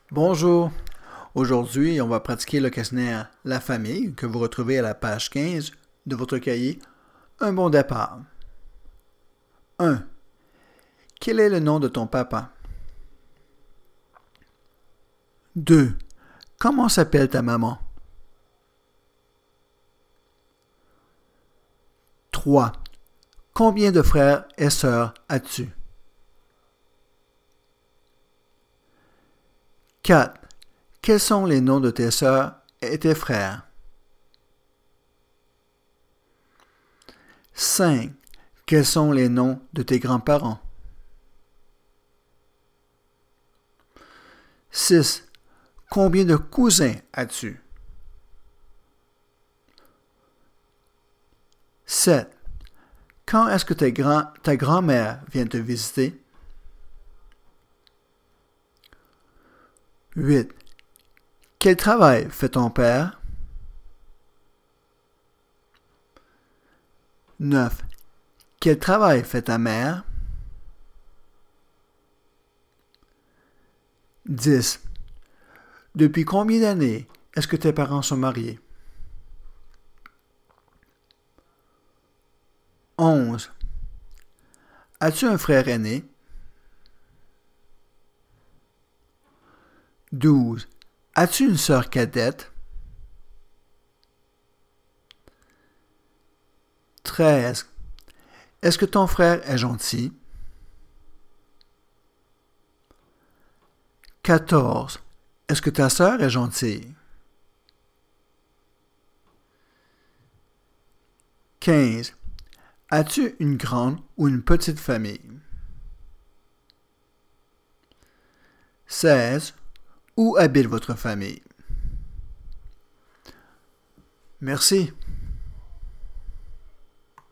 Bonjour. Aujourd'hui, on va pratiquer le questionnaire La famille que vous retrouvez à la page 15 de votre cahier. Un bon départ. 1. Quel est le nom de ton papa? 2. Comment s'appelle ta maman? 3. Combien de frères et sœurs as-tu? 4. Quels sont les noms de tes sœurs et tes frères? 5. Quels sont les noms de tes grands-parents? 6. Combien de cousins as-tu? 7. Quand est-ce que ta grand-mère vient te visiter? 8. Quel travail fait ton père? 9. Quel travail fait ta mère? 10. Depuis combien d'années est-ce que tes parents sont mariés? 11. As-tu un frère aîné? 12. As-tu une sœur cadette? 13. Est-ce que ton frère est gentil? 14. Est-ce que ta sœur est gentille? 15. As-tu une grande ou une petite famille? 16. Où habite votre famille? Merci.